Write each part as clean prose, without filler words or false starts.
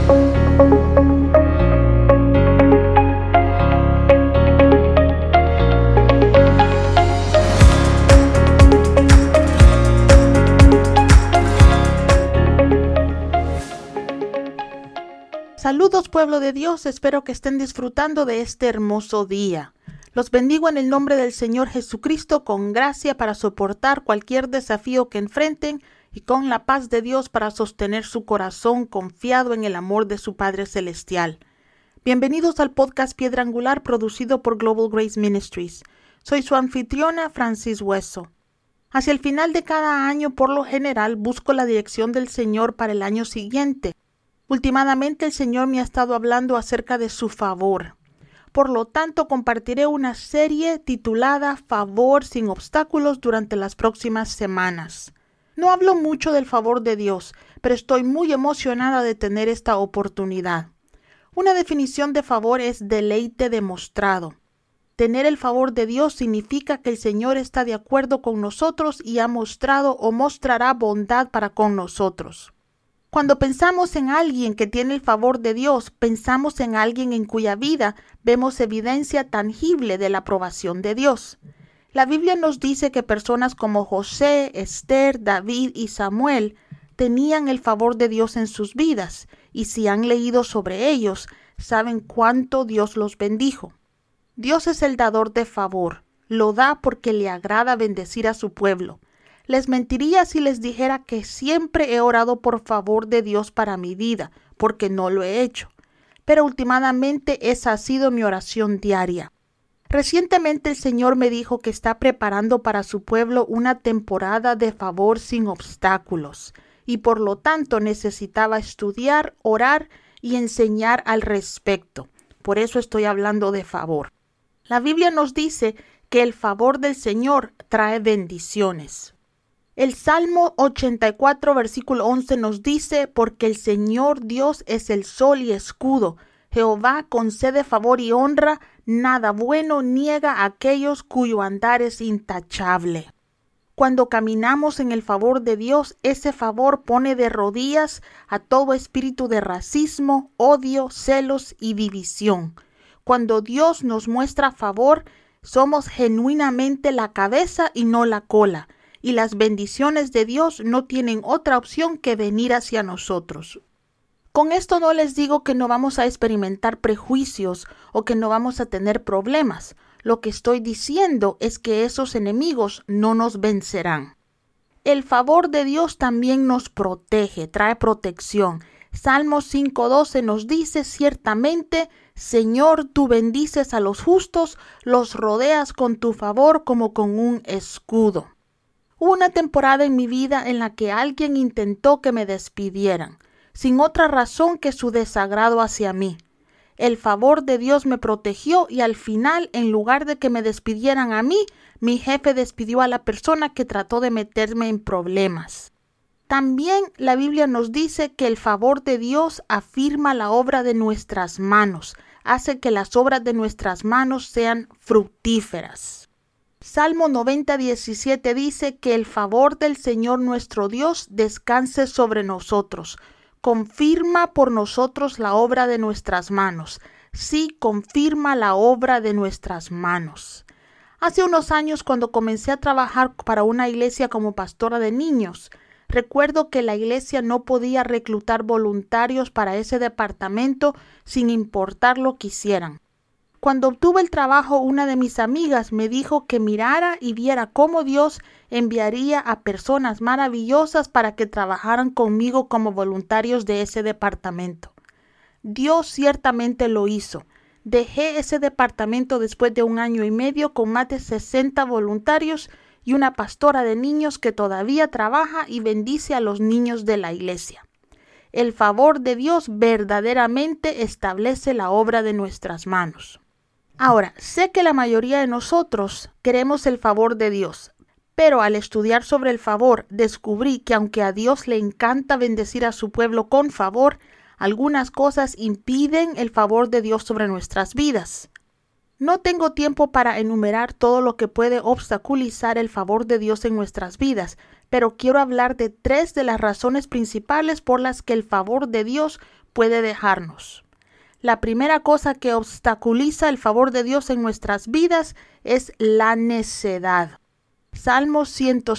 Saludos, pueblo de Dios, espero que estén disfrutando de este hermoso día. Los bendigo en el nombre del Señor Jesucristo con gracia para soportar cualquier desafío que enfrenten y con la paz de Dios para sostener su corazón confiado en el amor de su Padre Celestial. Bienvenidos al podcast Piedra Angular producido por Global Grace Ministries. Soy su anfitriona, Francis Hueso. Hacia el final de cada año, por lo general, busco la dirección del Señor para el año siguiente. Últimamente el Señor me ha estado hablando acerca de su favor. Por lo tanto, compartiré una serie titulada Favor sin obstáculos durante las próximas semanas. No hablo mucho del favor de Dios, pero estoy muy emocionada de tener esta oportunidad. Una definición de favor es deleite demostrado. Tener el favor de Dios significa que el Señor está de acuerdo con nosotros y ha mostrado o mostrará bondad para con nosotros. Cuando pensamos en alguien que tiene el favor de Dios, pensamos en alguien en cuya vida vemos evidencia tangible de la aprobación de Dios. La Biblia nos dice que personas como José, Esther, David y Samuel tenían el favor de Dios en sus vidas, y si han leído sobre ellos, saben cuánto Dios los bendijo. Dios es el dador de favor, lo da porque le agrada bendecir a su pueblo. Les mentiría si les dijera que siempre he orado por favor de Dios para mi vida, porque no lo he hecho. Pero últimamente esa ha sido mi oración diaria. Recientemente el Señor me dijo que está preparando para su pueblo una temporada de favor sin obstáculos, y por lo tanto necesitaba estudiar, orar y enseñar al respecto. Por eso estoy hablando de favor. La Biblia nos dice que el favor del Señor trae bendiciones. El Salmo 84, versículo 11 nos dice, porque el Señor Dios es el sol y escudo. Jehová concede favor y honra, nada bueno niega a aquellos cuyo andar es intachable. Cuando caminamos en el favor de Dios, ese favor pone de rodillas a todo espíritu de racismo, odio, celos y división. Cuando Dios nos muestra favor, somos genuinamente la cabeza y no la cola. Y las bendiciones de Dios no tienen otra opción que venir hacia nosotros. Con esto no les digo que no vamos a experimentar prejuicios o que no vamos a tener problemas. Lo que estoy diciendo es que esos enemigos no nos vencerán. El favor de Dios también nos protege, trae protección. Salmo 5:12 nos dice ciertamente, Señor, tú bendices a los justos, los rodeas con tu favor como con un escudo. Hubo una temporada en mi vida en la que alguien intentó que me despidieran, sin otra razón que su desagrado hacia mí. El favor de Dios me protegió y al final, en lugar de que me despidieran a mí, mi jefe despidió a la persona que trató de meterme en problemas. También la Biblia nos dice que el favor de Dios afirma la obra de nuestras manos, hace que las obras de nuestras manos sean fructíferas. Salmo 90:17 dice que el favor del Señor nuestro Dios descanse sobre nosotros. Confirma por nosotros la obra de nuestras manos. Sí, confirma la obra de nuestras manos. Hace unos años, cuando comencé a trabajar para una iglesia como pastora de niños, recuerdo que la iglesia no podía reclutar voluntarios para ese departamento sin importar lo que hicieran. Cuando obtuve el trabajo, una de mis amigas me dijo que mirara y viera cómo Dios enviaría a personas maravillosas para que trabajaran conmigo como voluntarios de ese departamento. Dios ciertamente lo hizo. Dejé ese departamento después de 1 año y medio con más de 60 voluntarios y una pastora de niños que todavía trabaja y bendice a los niños de la iglesia. El favor de Dios verdaderamente establece la obra de nuestras manos. Ahora, sé que la mayoría de nosotros queremos el favor de Dios, pero al estudiar sobre el favor, descubrí que aunque a Dios le encanta bendecir a su pueblo con favor, algunas cosas impiden el favor de Dios sobre nuestras vidas. No tengo tiempo para enumerar todo lo que puede obstaculizar el favor de Dios en nuestras vidas, pero quiero hablar de 3 de las razones principales por las que el favor de Dios puede dejarnos. La primera cosa que obstaculiza el favor de Dios en nuestras vidas es la necedad. Salmos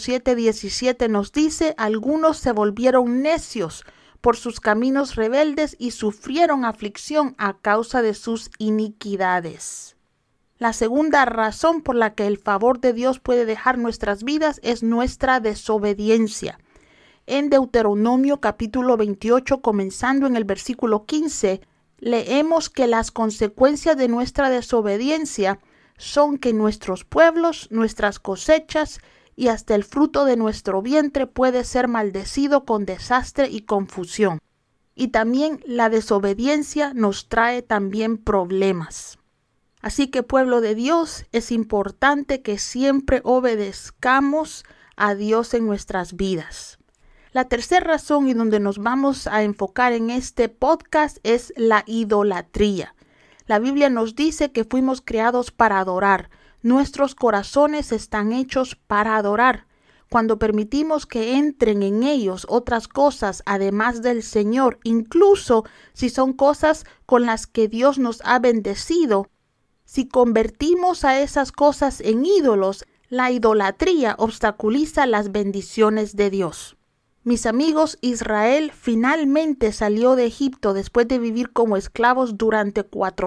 107:17 nos dice: algunos se volvieron necios por sus caminos rebeldes y sufrieron aflicción a causa de sus iniquidades. La segunda razón por la que el favor de Dios puede dejar nuestras vidas es nuestra desobediencia. En Deuteronomio capítulo 28, comenzando en el versículo 15, leemos que las consecuencias de nuestra desobediencia son que nuestros pueblos, nuestras cosechas y hasta el fruto de nuestro vientre puede ser maldecido con desastre y confusión. Y también la desobediencia nos trae también problemas. Así que, pueblo de Dios, es importante que siempre obedezcamos a Dios en nuestras vidas. La tercera razón y donde nos vamos a enfocar en este podcast es la idolatría. La Biblia nos dice que fuimos creados para adorar. Nuestros corazones están hechos para adorar. Cuando permitimos que entren en ellos otras cosas además del Señor, incluso si son cosas con las que Dios nos ha bendecido, si convertimos a esas cosas en ídolos, la idolatría obstaculiza las bendiciones de Dios. Mis amigos, Israel finalmente salió de Egipto después de vivir como esclavos durante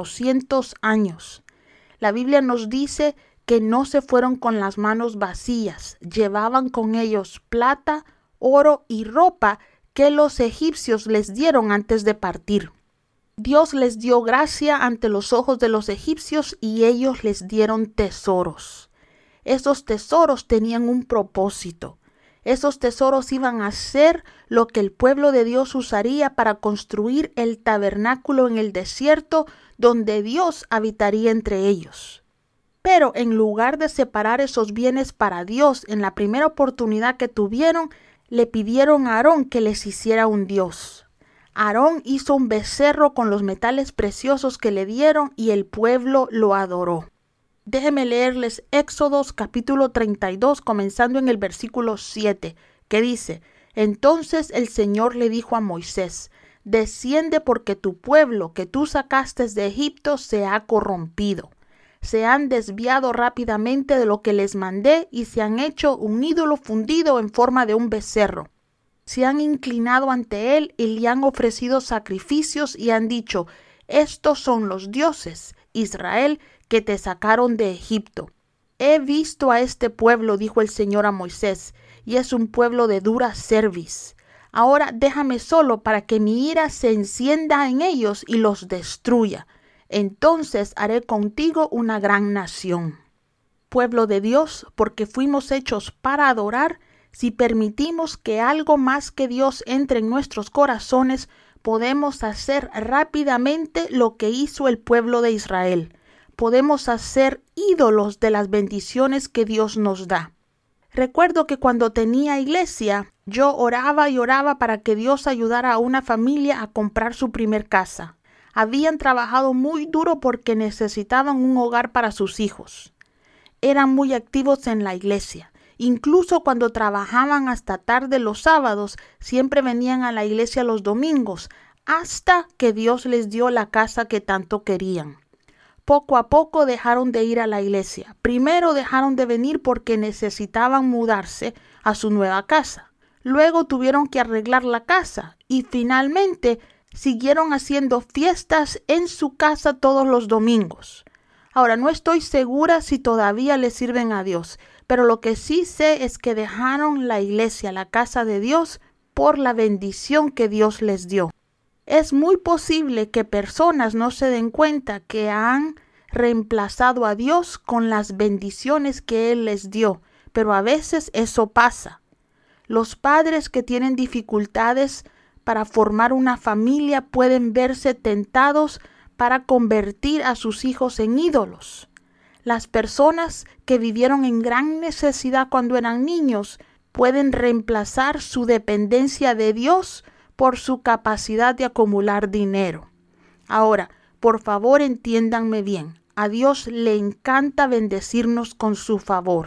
400 años. La Biblia nos dice que no se fueron con las manos vacías, llevaban con ellos plata, oro y ropa que los egipcios les dieron antes de partir. Dios les dio gracia ante los ojos de los egipcios y ellos les dieron tesoros. Esos tesoros tenían un propósito. Esos tesoros iban a ser lo que el pueblo de Dios usaría para construir el tabernáculo en el desierto donde Dios habitaría entre ellos. Pero en lugar de separar esos bienes para Dios en la primera oportunidad que tuvieron, le pidieron a Aarón que les hiciera un dios. Aarón hizo un becerro con los metales preciosos que le dieron y el pueblo lo adoró. Déjenme leerles Éxodos capítulo 32, comenzando en el versículo 7, que dice: Entonces el Señor le dijo a Moisés: Desciende porque tu pueblo que tú sacaste de Egipto se ha corrompido. Se han desviado rápidamente de lo que les mandé y se han hecho un ídolo fundido en forma de un becerro. Se han inclinado ante él y le han ofrecido sacrificios y han dicho: Estos son los dioses, Israel, que te sacaron de Egipto. He visto a este pueblo, dijo el Señor a Moisés, y es un pueblo de dura cerviz. Ahora déjame solo para que mi ira se encienda en ellos y los destruya. Entonces haré contigo una gran nación. Pueblo de Dios, porque fuimos hechos para adorar, si permitimos que algo más que Dios entre en nuestros corazones, podemos hacer rápidamente lo que hizo el pueblo de Israel. Podemos hacer ídolos de las bendiciones que Dios nos da. Recuerdo que cuando tenía iglesia, yo oraba y oraba para que Dios ayudara a una familia a comprar su primer casa. Habían trabajado muy duro porque necesitaban un hogar para sus hijos. Eran muy activos en la iglesia. Incluso cuando trabajaban hasta tarde los sábados, siempre venían a la iglesia los domingos, hasta que Dios les dio la casa que tanto querían. Poco a poco dejaron de ir a la iglesia. Primero dejaron de venir porque necesitaban mudarse a su nueva casa. Luego tuvieron que arreglar la casa y finalmente siguieron haciendo fiestas en su casa todos los domingos. Ahora, no estoy segura si todavía le sirven a Dios, pero lo que sí sé es que dejaron la iglesia, la casa de Dios, por la bendición que Dios les dio. Es muy posible que personas no se den cuenta que han reemplazado a Dios con las bendiciones que Él les dio, pero a veces eso pasa. Los padres que tienen dificultades para formar una familia pueden verse tentados para convertir a sus hijos en ídolos. Las personas que vivieron en gran necesidad cuando eran niños pueden reemplazar su dependencia de Dios por su capacidad de acumular dinero. Ahora, por favor, entiéndanme bien. A Dios le encanta bendecirnos con su favor.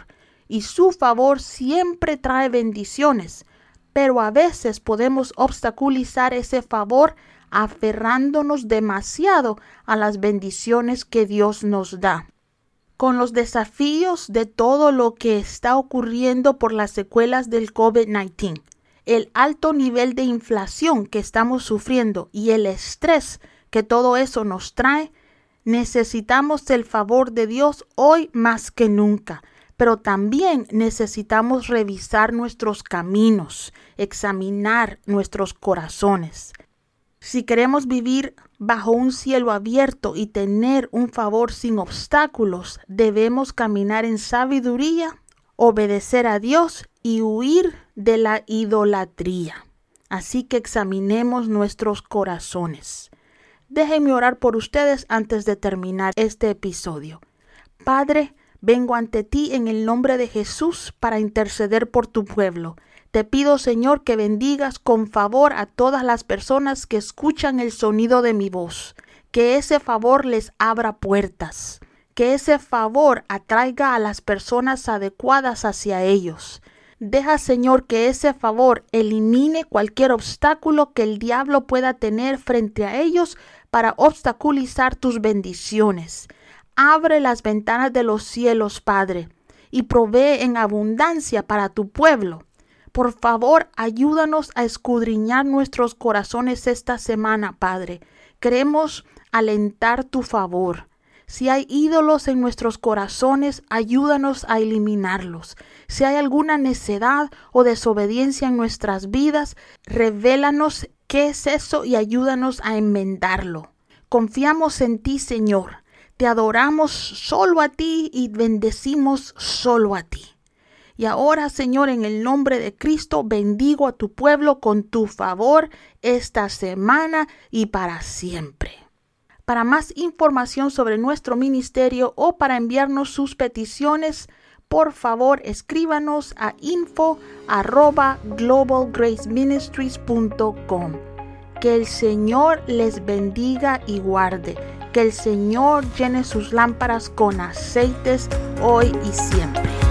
y su favor siempre trae bendiciones, pero a veces podemos obstaculizar ese favor aferrándonos demasiado a las bendiciones que Dios nos da. Con los desafíos de todo lo que está ocurriendo por las secuelas del COVID-19, el alto nivel de inflación que estamos sufriendo y el estrés que todo eso nos trae, necesitamos el favor de Dios hoy más que nunca. Pero también necesitamos revisar nuestros caminos, examinar nuestros corazones. Si queremos vivir bajo un cielo abierto y tener un favor sin obstáculos, debemos caminar en sabiduría, obedecer a Dios y huir de la idolatría. Así que examinemos nuestros corazones. Déjenme orar por ustedes antes de terminar este episodio. Padre, vengo ante ti en el nombre de Jesús para interceder por tu pueblo. Te pido, Señor, que bendigas con favor a todas las personas que escuchan el sonido de mi voz. Que ese favor les abra puertas. Que ese favor atraiga a las personas adecuadas hacia ellos. Deja, Señor, que ese favor elimine cualquier obstáculo que el diablo pueda tener frente a ellos para obstaculizar tus bendiciones. Abre las ventanas de los cielos, Padre, y provee en abundancia para tu pueblo. Por favor, ayúdanos a escudriñar nuestros corazones esta semana, Padre. Queremos alentar tu favor. Si hay ídolos en nuestros corazones, ayúdanos a eliminarlos. Si hay alguna necedad o desobediencia en nuestras vidas, revélanos qué es eso y ayúdanos a enmendarlo. Confiamos en ti, Señor. Te adoramos solo a ti y bendecimos solo a ti. Y ahora, Señor, en el nombre de Cristo, bendigo a tu pueblo con tu favor esta semana y para siempre. Para más información sobre nuestro ministerio o para enviarnos sus peticiones, por favor, escríbanos a info@globalgraceministries.com. Que el Señor les bendiga y guarde. Que el Señor llene sus lámparas con aceites hoy y siempre.